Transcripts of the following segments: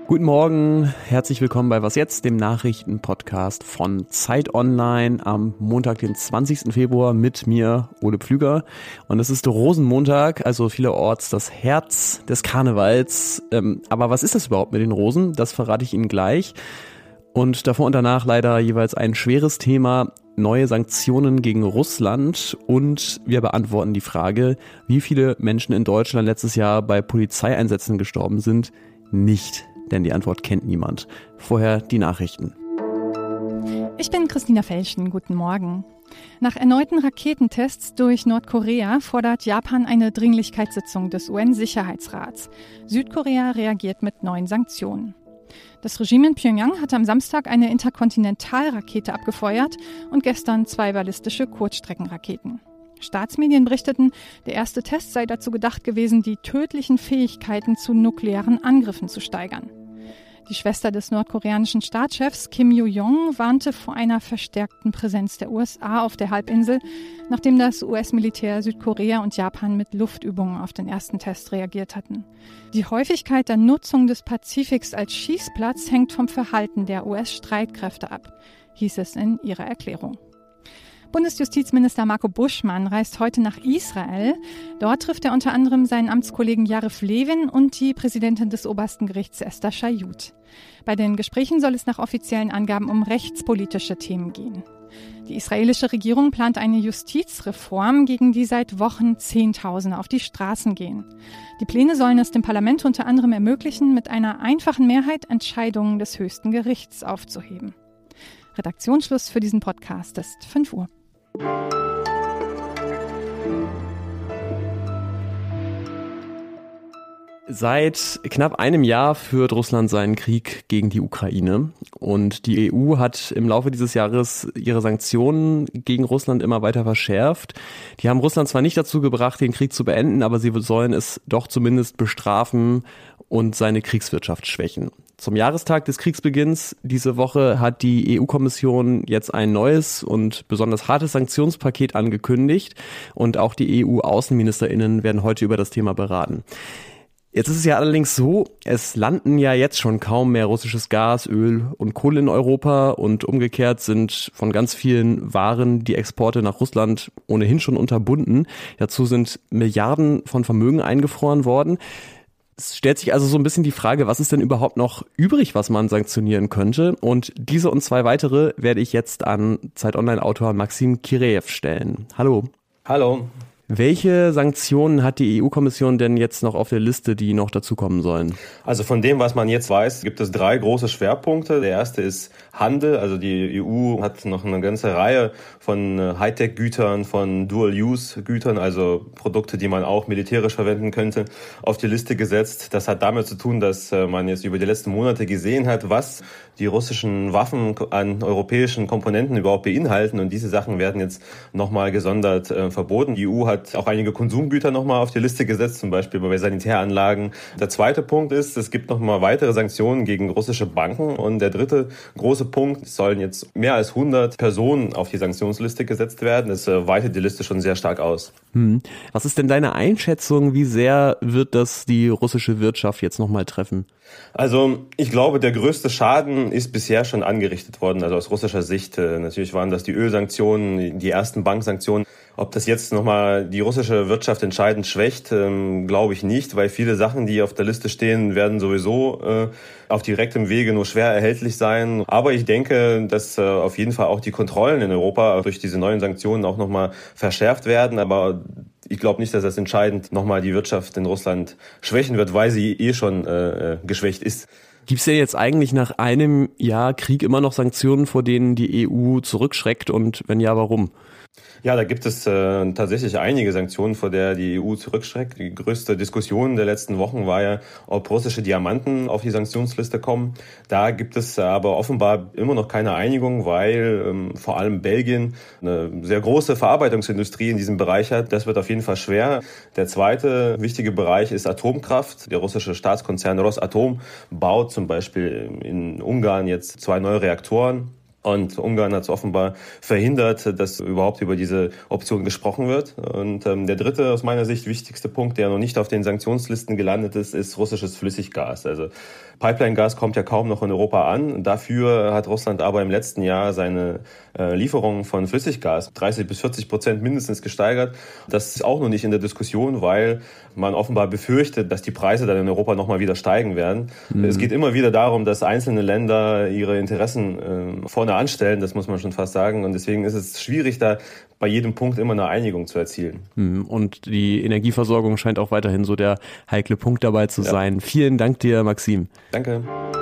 Guten Morgen, herzlich willkommen bei Was Jetzt, dem Nachrichtenpodcast von Zeit Online am Montag, den 20. Februar mit mir, Ole Pflüger. Und es ist Rosenmontag, also vielerorts das Herz des Karnevals. Aber was ist das überhaupt mit den Rosen? Das verrate ich Ihnen gleich. Und davor und danach leider jeweils ein schweres Thema, neue Sanktionen gegen Russland. Und wir beantworten die Frage, wie viele Menschen in Deutschland letztes Jahr bei Polizeieinsätzen gestorben sind. Nicht. Denn die Antwort kennt niemand. Vorher die Nachrichten. Ich bin Christina Felschen. Guten Morgen. Nach erneuten Raketentests durch Nordkorea fordert Japan eine Dringlichkeitssitzung des UN-Sicherheitsrats. Südkorea reagiert mit neuen Sanktionen. Das Regime in Pyongyang hat am Samstag eine Interkontinentalrakete abgefeuert und gestern 2 ballistische Kurzstreckenraketen. Staatsmedien berichteten, der erste Test sei dazu gedacht gewesen, die tödlichen Fähigkeiten zu nuklearen Angriffen zu steigern. Die Schwester des nordkoreanischen Staatschefs Kim Yo-jong warnte vor einer verstärkten Präsenz der USA auf der Halbinsel, nachdem das US-Militär Südkorea und Japan mit Luftübungen auf den ersten Test reagiert hatten. Die Häufigkeit der Nutzung des Pazifiks als Schießplatz hängt vom Verhalten der US-Streitkräfte ab, hieß es in ihrer Erklärung. Bundesjustizminister Marco Buschmann reist heute nach Israel. Dort trifft er unter anderem seinen Amtskollegen Yariv Levin und die Präsidentin des obersten Gerichts Esther Chayut. Bei den Gesprächen soll es nach offiziellen Angaben um rechtspolitische Themen gehen. Die israelische Regierung plant eine Justizreform, gegen die seit Wochen Zehntausende auf die Straßen gehen. Die Pläne sollen es dem Parlament unter anderem ermöglichen, mit einer einfachen Mehrheit Entscheidungen des höchsten Gerichts aufzuheben. Redaktionsschluss für diesen Podcast ist 5 Uhr. Seit knapp einem Jahr führt Russland seinen Krieg gegen die Ukraine und die EU hat im Laufe dieses Jahres ihre Sanktionen gegen Russland immer weiter verschärft. Die haben Russland zwar nicht dazu gebracht, den Krieg zu beenden, aber sie sollen es doch zumindest bestrafen und seine Kriegswirtschaft schwächen. Zum Jahrestag des Kriegsbeginns diese Woche hat die EU-Kommission jetzt ein neues und besonders hartes Sanktionspaket angekündigt und auch die EU-AußenministerInnen werden heute über das Thema beraten. Jetzt ist es ja allerdings so, es landen ja jetzt schon kaum mehr russisches Gas, Öl und Kohle in Europa und umgekehrt sind von ganz vielen Waren die Exporte nach Russland ohnehin schon unterbunden. Dazu sind Milliarden von Vermögen eingefroren worden. Es stellt sich also so ein bisschen die Frage, was ist denn überhaupt noch übrig, was man sanktionieren könnte? Und diese und 2 weitere werde ich jetzt an Zeit Online-Autor Maxim Kireev stellen. Hallo. Hallo. Welche Sanktionen hat die EU-Kommission denn jetzt noch auf der Liste, die noch dazukommen sollen? Also von dem, was man jetzt weiß, gibt es 3 große Schwerpunkte. Der erste ist Handel. Also die EU hat noch eine ganze Reihe von Hightech-Gütern, von Dual-Use-Gütern, also Produkte, die man auch militärisch verwenden könnte, auf die Liste gesetzt. Das hat damit zu tun, dass man jetzt über die letzten Monate gesehen hat, was die russischen Waffen an europäischen Komponenten überhaupt beinhalten. Und diese Sachen werden jetzt nochmal gesondert verboten. Die EU hat auch einige Konsumgüter nochmal auf die Liste gesetzt, zum Beispiel bei Sanitäranlagen. Der zweite Punkt ist, es gibt nochmal weitere Sanktionen gegen russische Banken. Und der dritte große Punkt, es sollen jetzt mehr als 100 Personen auf die Sanktionsliste gesetzt werden. Das weitet die Liste schon sehr stark aus. Was ist denn deine Einschätzung, wie sehr wird das die russische Wirtschaft jetzt nochmal treffen? Also ich glaube, der größte Schaden ist bisher schon angerichtet worden, also aus russischer Sicht. Natürlich waren das die Ölsanktionen, die ersten Banksanktionen. Ob das jetzt nochmal die russische Wirtschaft entscheidend schwächt, glaube ich nicht, weil viele Sachen, die auf der Liste stehen, werden sowieso auf direktem Wege nur schwer erhältlich sein. Aber ich denke, dass auf jeden Fall auch die Kontrollen in Europa durch diese neuen Sanktionen auch nochmal verschärft werden. Aber ich glaube nicht, dass das entscheidend nochmal die Wirtschaft in Russland schwächen wird, weil sie schon geschwächt ist. Gibt es ja jetzt eigentlich nach einem Jahr Krieg immer noch Sanktionen, vor denen die EU zurückschreckt und wenn ja, warum? Ja, da gibt es tatsächlich einige Sanktionen, vor der die EU zurückschreckt. Die größte Diskussion der letzten Wochen war ja, ob russische Diamanten auf die Sanktionsliste kommen. Da gibt es aber offenbar immer noch keine Einigung, weil vor allem Belgien eine sehr große Verarbeitungsindustrie in diesem Bereich hat. Das wird auf jeden Fall schwer. Der zweite wichtige Bereich ist Atomkraft. Der russische Staatskonzern Rosatom baut zum Beispiel in Ungarn jetzt 2 neue Reaktoren. Und Ungarn hat es offenbar verhindert, dass überhaupt über diese Option gesprochen wird. Und der dritte, aus meiner Sicht wichtigste Punkt, der noch nicht auf den Sanktionslisten gelandet ist russisches Flüssiggas. Also Pipeline-Gas kommt ja kaum noch in Europa an. Dafür hat Russland aber im letzten Jahr seine Lieferungen von Flüssiggas 30-40% mindestens gesteigert. Das ist auch noch nicht in der Diskussion, weil man offenbar befürchtet, dass die Preise dann in Europa nochmal wieder steigen werden. Es geht immer wieder darum, dass einzelne Länder ihre Interessen vorne anstellen, das muss man schon fast sagen. Und deswegen ist es schwierig, da bei jedem Punkt immer eine Einigung zu erzielen. Und die Energieversorgung scheint auch weiterhin so der heikle Punkt dabei zu sein. Vielen Dank dir, Maxim. Danke.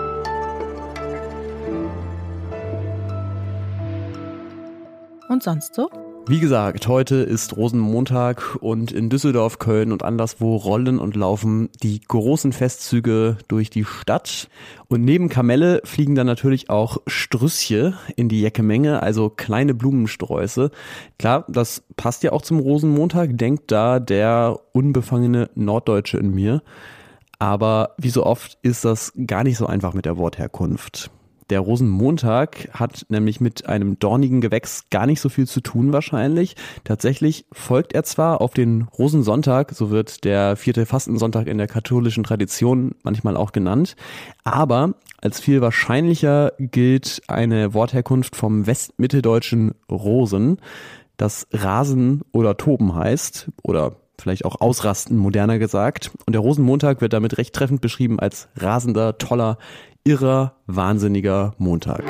Und sonst so? Wie gesagt, heute ist Rosenmontag und in Düsseldorf, Köln und anderswo rollen und laufen die großen Festzüge durch die Stadt. Und neben Kamelle fliegen dann natürlich auch Strüsschen in die Jeckemenge, also kleine Blumensträuße. Klar, das passt ja auch zum Rosenmontag, denkt da der unbefangene Norddeutsche in mir. Aber wie so oft ist das gar nicht so einfach mit der Wortherkunft. Der Rosenmontag hat nämlich mit einem dornigen Gewächs gar nicht so viel zu tun wahrscheinlich. Tatsächlich folgt er zwar auf den Rosensonntag, so wird der 4. Fastensonntag in der katholischen Tradition manchmal auch genannt, aber als viel wahrscheinlicher gilt eine Wortherkunft vom westmitteldeutschen Rosen, das Rasen oder Toben heißt oder vielleicht auch Ausrasten, moderner gesagt. Und der Rosenmontag wird damit recht treffend beschrieben als rasender, toller, irrer, wahnsinniger Montag.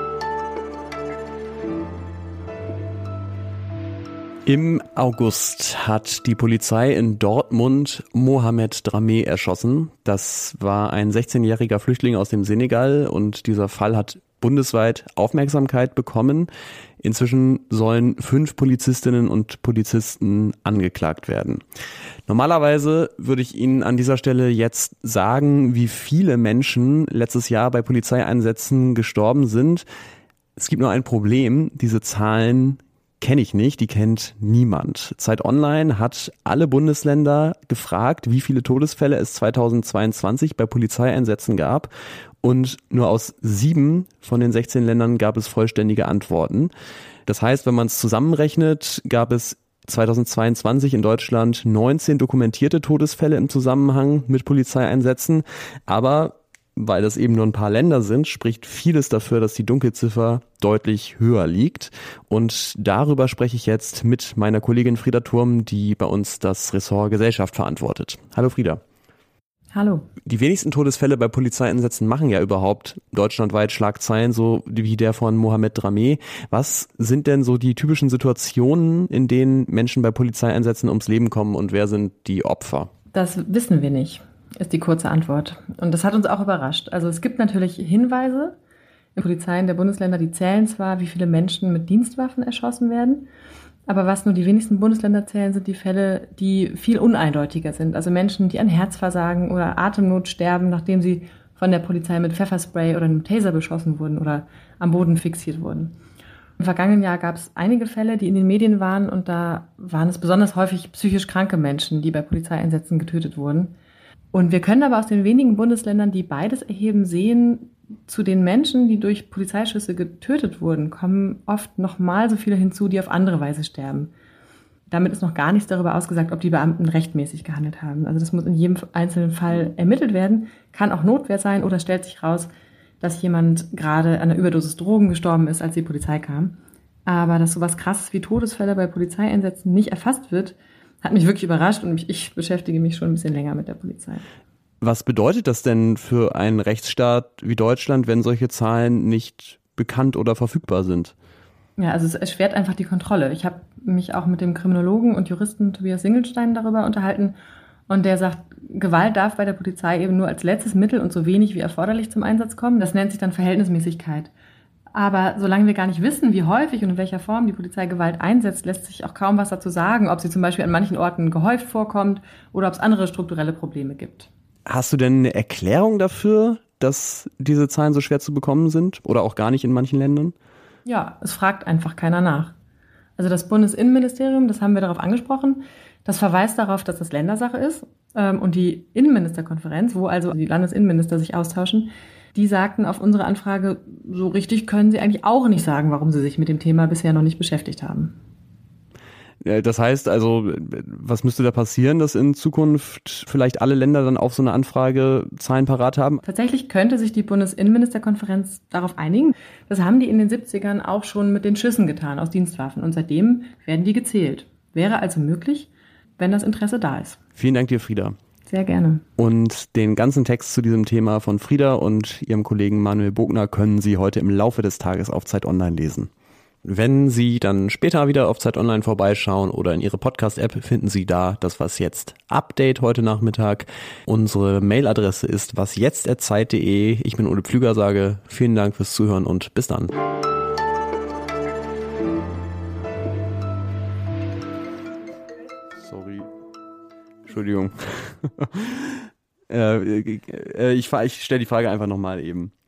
Im August hat die Polizei in Dortmund Mohamed Dramé erschossen. Das war ein 16-jähriger Flüchtling aus dem Senegal und dieser Fall hat bundesweit Aufmerksamkeit bekommen. Inzwischen sollen 5 Polizistinnen und Polizisten angeklagt werden. Normalerweise würde ich Ihnen an dieser Stelle jetzt sagen, wie viele Menschen letztes Jahr bei Polizeieinsätzen gestorben sind. Es gibt nur ein Problem, diese Zahlen kenne ich nicht, die kennt niemand. Zeit Online hat alle Bundesländer gefragt, wie viele Todesfälle es 2022 bei Polizeieinsätzen gab. Und nur aus 7 von den 16 Ländern gab es vollständige Antworten. Das heißt, wenn man es zusammenrechnet, gab es 2022 in Deutschland 19 dokumentierte Todesfälle im Zusammenhang mit Polizeieinsätzen. Aber weil das eben nur ein paar Länder sind, spricht vieles dafür, dass die Dunkelziffer deutlich höher liegt. Und darüber spreche ich jetzt mit meiner Kollegin Frieda Turm, die bei uns das Ressort Gesellschaft verantwortet. Hallo Frieda. Hallo. Die wenigsten Todesfälle bei Polizeieinsätzen machen ja überhaupt deutschlandweit Schlagzeilen, so wie der von Mohamed Dramé. Was sind denn so die typischen Situationen, in denen Menschen bei Polizeieinsätzen ums Leben kommen und wer sind die Opfer? Das wissen wir nicht, ist die kurze Antwort. Und das hat uns auch überrascht. Also es gibt natürlich Hinweise in Polizeien der Bundesländer, die zählen zwar, wie viele Menschen mit Dienstwaffen erschossen werden, aber was nur die wenigsten Bundesländer zählen, sind die Fälle, die viel uneindeutiger sind. Also Menschen, die an Herzversagen oder Atemnot sterben, nachdem sie von der Polizei mit Pfefferspray oder einem Taser beschossen wurden oder am Boden fixiert wurden. Im vergangenen Jahr gab es einige Fälle, die in den Medien waren und da waren es besonders häufig psychisch kranke Menschen, die bei Polizeieinsätzen getötet wurden. Und wir können aber aus den wenigen Bundesländern, die beides erheben, sehen, zu den Menschen, die durch Polizeischüsse getötet wurden, kommen oft noch mal so viele hinzu, die auf andere Weise sterben. Damit ist noch gar nichts darüber ausgesagt, ob die Beamten rechtmäßig gehandelt haben. Also das muss in jedem einzelnen Fall ermittelt werden, kann auch Notwehr sein oder stellt sich raus, dass jemand gerade an einer Überdosis Drogen gestorben ist, als die Polizei kam. Aber dass sowas Krasses wie Todesfälle bei Polizeieinsätzen nicht erfasst wird, hat mich wirklich überrascht und ich beschäftige mich schon ein bisschen länger mit der Polizei. Was bedeutet das denn für einen Rechtsstaat wie Deutschland, wenn solche Zahlen nicht bekannt oder verfügbar sind? Ja, also es erschwert einfach die Kontrolle. Ich habe mich auch mit dem Kriminologen und Juristen Tobias Singelstein darüber unterhalten und der sagt, Gewalt darf bei der Polizei eben nur als letztes Mittel und so wenig wie erforderlich zum Einsatz kommen. Das nennt sich dann Verhältnismäßigkeit. Aber solange wir gar nicht wissen, wie häufig und in welcher Form die Polizei Gewalt einsetzt, lässt sich auch kaum was dazu sagen, ob sie zum Beispiel an manchen Orten gehäuft vorkommt oder ob es andere strukturelle Probleme gibt. Hast du denn eine Erklärung dafür, dass diese Zahlen so schwer zu bekommen sind oder auch gar nicht in manchen Ländern? Ja, es fragt einfach keiner nach. Also das Bundesinnenministerium, das haben wir darauf angesprochen, das verweist darauf, dass das Ländersache ist und die Innenministerkonferenz, wo also die Landesinnenminister sich austauschen, Die sagten auf unsere Anfrage, so richtig können sie eigentlich auch nicht sagen, warum sie sich mit dem Thema bisher noch nicht beschäftigt haben. Das heißt also, was müsste da passieren, dass in Zukunft vielleicht alle Länder dann auf so eine Anfrage Zahlen parat haben? Tatsächlich könnte sich die Bundesinnenministerkonferenz darauf einigen. Das haben die in den 70ern auch schon mit den Schüssen getan aus Dienstwaffen. Und seitdem werden die gezählt. Wäre also möglich, wenn das Interesse da ist. Vielen Dank dir, Frieda. Sehr gerne. Und den ganzen Text zu diesem Thema von Frieda und ihrem Kollegen Manuel Bogner können Sie heute im Laufe des Tages auf Zeit Online lesen. Wenn Sie dann später wieder auf Zeit Online vorbeischauen oder in Ihre Podcast-App, finden Sie da das Was Jetzt Update heute Nachmittag. Unsere Mailadresse ist wasjetzt@zeit.de. Ich bin Ole Pflüger, sage vielen Dank fürs Zuhören und bis dann. Sorry. Entschuldigung. Ich stelle die Frage einfach nochmal eben.